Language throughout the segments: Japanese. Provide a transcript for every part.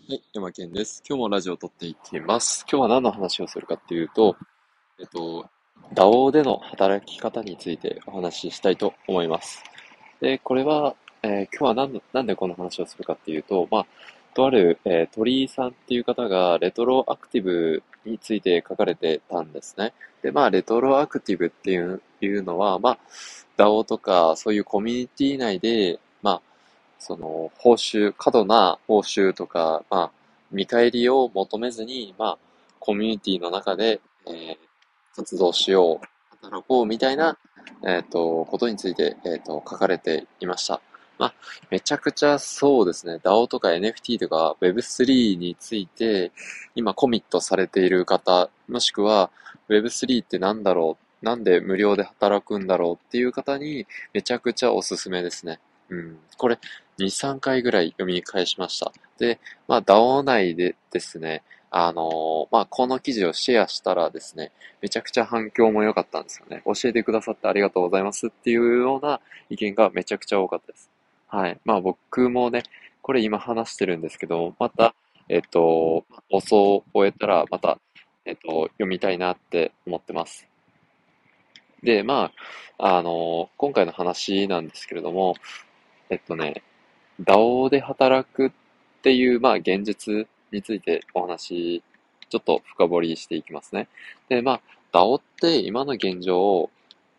はい、山健です。今日もラジオを撮っていきます。今日は何の話をするかっていうと、DAO での働き方についてお話ししたいと思います。で、これは、今日はなんでこの話をするかっていうと、とある、鳥居さんっていう方がレトロアクティブについて書かれてたんですね。で、レトロアクティブっていうのは、DAO とかそういうコミュニティ内で、その過度な報酬とか、見返りを求めずに、コミュニティの中で、活動しよう、働こうみたいな、ことについて、書かれていました。まあ、めちゃくちゃそうですね、DAO とか NFT とか Web3 について、今コミットされている方、もしくは Web3 ってなんだろう、なんで無料で働くんだろうっていう方にめちゃくちゃおすすめですね。これ2、3回ぐらい読み返しました。で、DAO 内でですね、この記事をシェアしたらですね、めちゃくちゃ反響も良かったんですよね。教えてくださってありがとうございますっていうような意見がめちゃくちゃ多かったです。はい。僕もね、これ今話してるんですけど、また、放送を終えたらまた、読みたいなって思ってます。で、今回の話なんですけれども、えっとね、DAO で働くっていう、現実についてお話、ちょっと深掘りしていきますね。で、DAO って今の現状、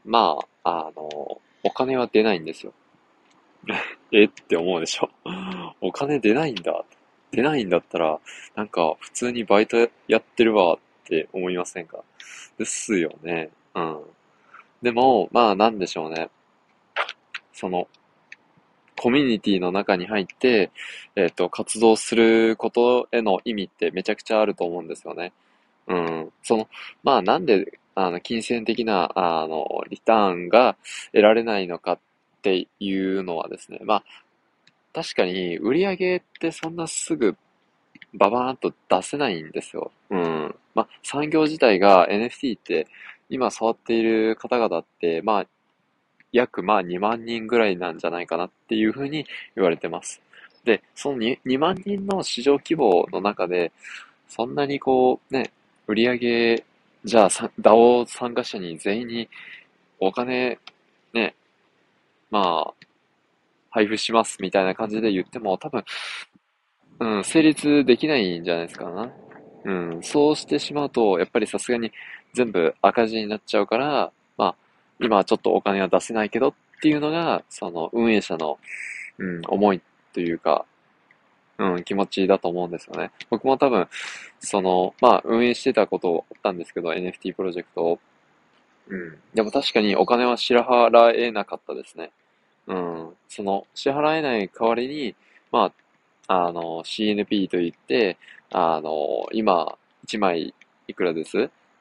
お金は出ないんですよ。えって思うでしょ。お金出ないんだ。出ないんだったら、なんか普通にバイトやってるわって思いませんか？ですよね。うん。でも、なんでしょうね。その、コミュニティの中に入って、活動することへの意味ってめちゃくちゃあると思うんですよね。うん。なんで、金銭的な、リターンが得られないのかっていうのはですね、確かに売り上げってそんなすぐババーンと出せないんですよ。うん。産業自体が NFT って今触っている方々って、約2万人ぐらいなんじゃないかなっていうふうに言われてます。で、その2万人の市場規模の中で、そんなにこうね、売り上げ、じゃあDAO 参加者に全員にお金ね、まあ、配布しますみたいな感じで言っても多分、成立できないんじゃないですかな。そうしてしまうと、やっぱりさすがに全部赤字になっちゃうから、今はちょっとお金は出せないけどっていうのが、その運営者の、思いというか、気持ちだと思うんですよね。僕も多分、運営してたことあったんですけど、NFT プロジェクトを。でも確かにお金は支払えなかったですね。その、支払えない代わりに、CNP といって、今、1枚いくらです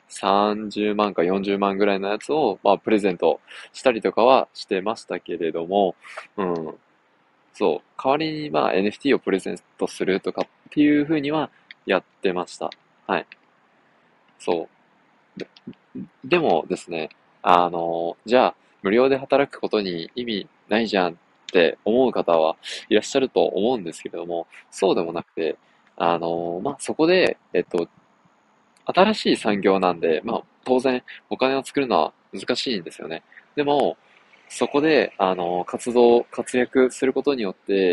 ?30 万か40万ぐらいのやつを、プレゼントしたりとかはしてましたけれども、うん、そう、代わりにNFT をプレゼントするとかっていう風にはやってました。はい。そう。でもですね、じゃあ、無料で働くことに意味ないじゃんって思う方はいらっしゃると思うんですけれども、そうでもなくて、そこで、新しい産業なんで、当然、お金を作るのは難しいんですよね。でも、そこで、活躍することによって、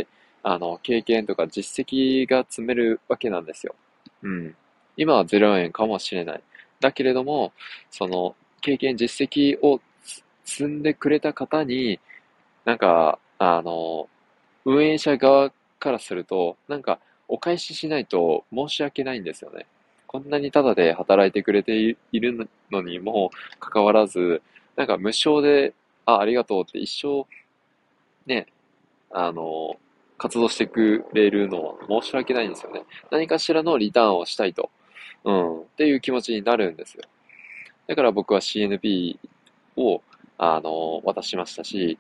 経験とか実績が積めるわけなんですよ。うん。今は0円かもしれない。だけれども、その、経験、実績を積んでくれた方に、なんか、運営者側からすると、お返ししないと申し訳ないんですよね。こんなにタダで働いてくれているのにもかかわらず、無償で、ありがとうって一生ね、あの、活動してくれるのは申し訳ないんですよね。何かしらのリターンをしたいと。っていう気持ちになるんですよ。だから僕は CNP を、渡しましたし、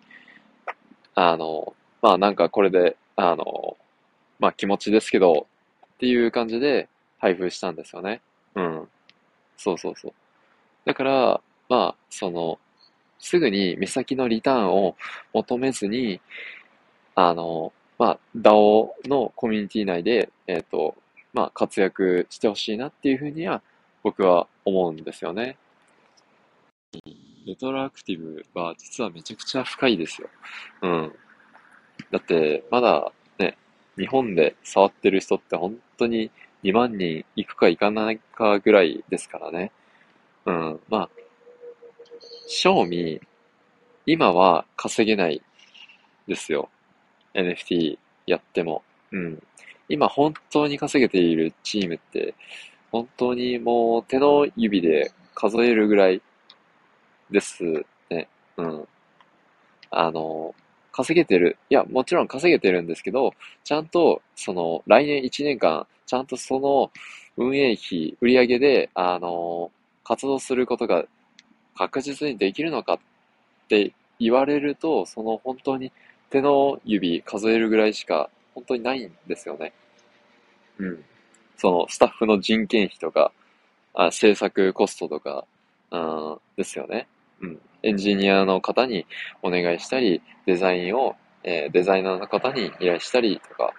これで、気持ちですけど、っていう感じで配布したんですよね。うん。そうそうそう。だから、すぐに目先のリターンを求めずに、DAO のコミュニティ内で、 活躍してほしいなっていうふうには僕は思うんですよね。レトロアクティブは実はめちゃくちゃ深いですよ。うん。だって、まだね、日本で触ってる人って本当に2万人いくかいかないかぐらいですからね。うん。賞味、今は稼げないですよ。NFT やっても。うん。今本当に稼げているチームって、本当にもう手の指で数えるぐらいですね。うん。あの、稼げてる。いや、もちろん稼げてるんですけど、ちゃんと、来年1年間、ちゃんとその運営費、売上で、活動することが確実にできるのかって言われると、本当に手の指数えるぐらいしか、本当にないんですよね。うん。スタッフの人件費とか、制作コストとか、ですよね。うん。エンジニアの方にお願いしたり、デザインを、デザイナーの方に依頼したりとか、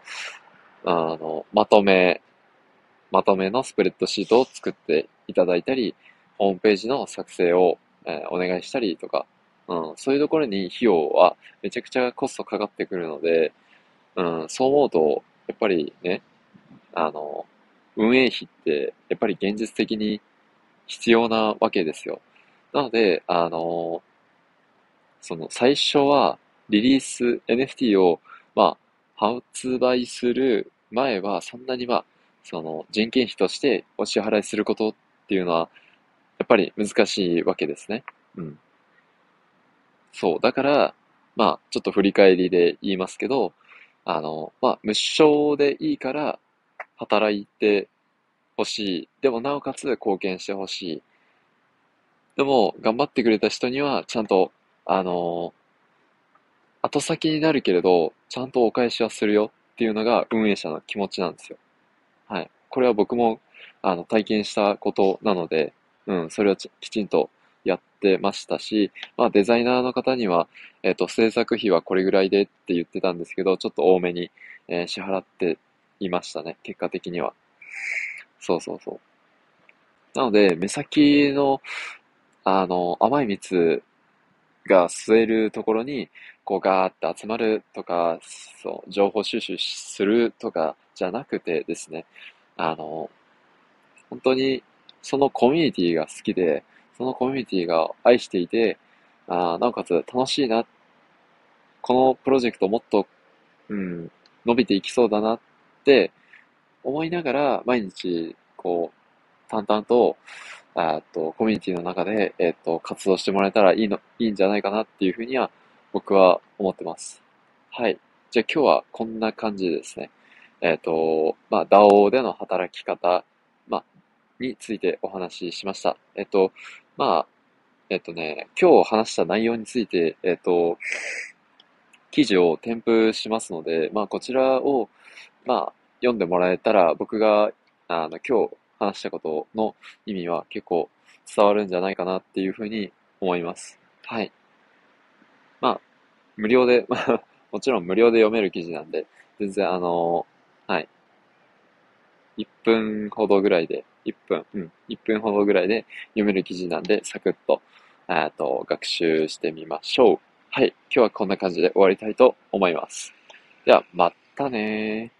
まとめのスプレッドシートを作っていただいたり、ホームページの作成を、お願いしたりとか、そういうところに費用はめちゃくちゃコストかかってくるので、そう思うと、やっぱりね、あの、運営費ってやっぱり現実的に必要なわけですよ。なので、最初はリリース NFT を、発売する前は、そんなに人件費としてお支払いすることっていうのは、やっぱり難しいわけですね。うん。そう。だから、ちょっと振り返りで言いますけど、無償でいいから働いてほしい。でも、なおかつ貢献してほしい。でも、頑張ってくれた人には、ちゃんと、あの後先になるけれど、ちゃんとお返しはするよっていうのが運営者の気持ちなんですよ。はい。これは僕も、体験したことなので、それをきちんとやってましたし、デザイナーの方には、制作費はこれぐらいでって言ってたんですけど、ちょっと多めに、支払っていましたね。結果的には。そうそうそう。なので、目先の、甘い蜜が吸えるところに、こうガーって集まるとか、そう、情報収集するとかじゃなくてですね、あの、本当にそのコミュニティが好きで、そのコミュニティが愛していて、なおかつ楽しいな、このプロジェクトもっと、うん、伸びていきそうだなって思いながら、毎日、こう、淡々と、コミュニティの中で、活動してもらえたらいいんじゃないかなっていうふうには、僕は思ってます。はい。じゃあ今日はこんな感じでですね。DAO での働き方、についてお話ししました。まあ、今日話した内容について、記事を添付しますので、こちらを、読んでもらえたら、僕が、今日話したことの意味は結構伝わるんじゃないかなっていうふうに思います。はい。まあ、無料で、もちろん無料で読める記事なんで、全然はい、1分ほどぐらいで、1分ほどぐらいで読める記事なんで、サクッと、学習してみましょう。はい、今日はこんな感じで終わりたいと思います。では、またねー。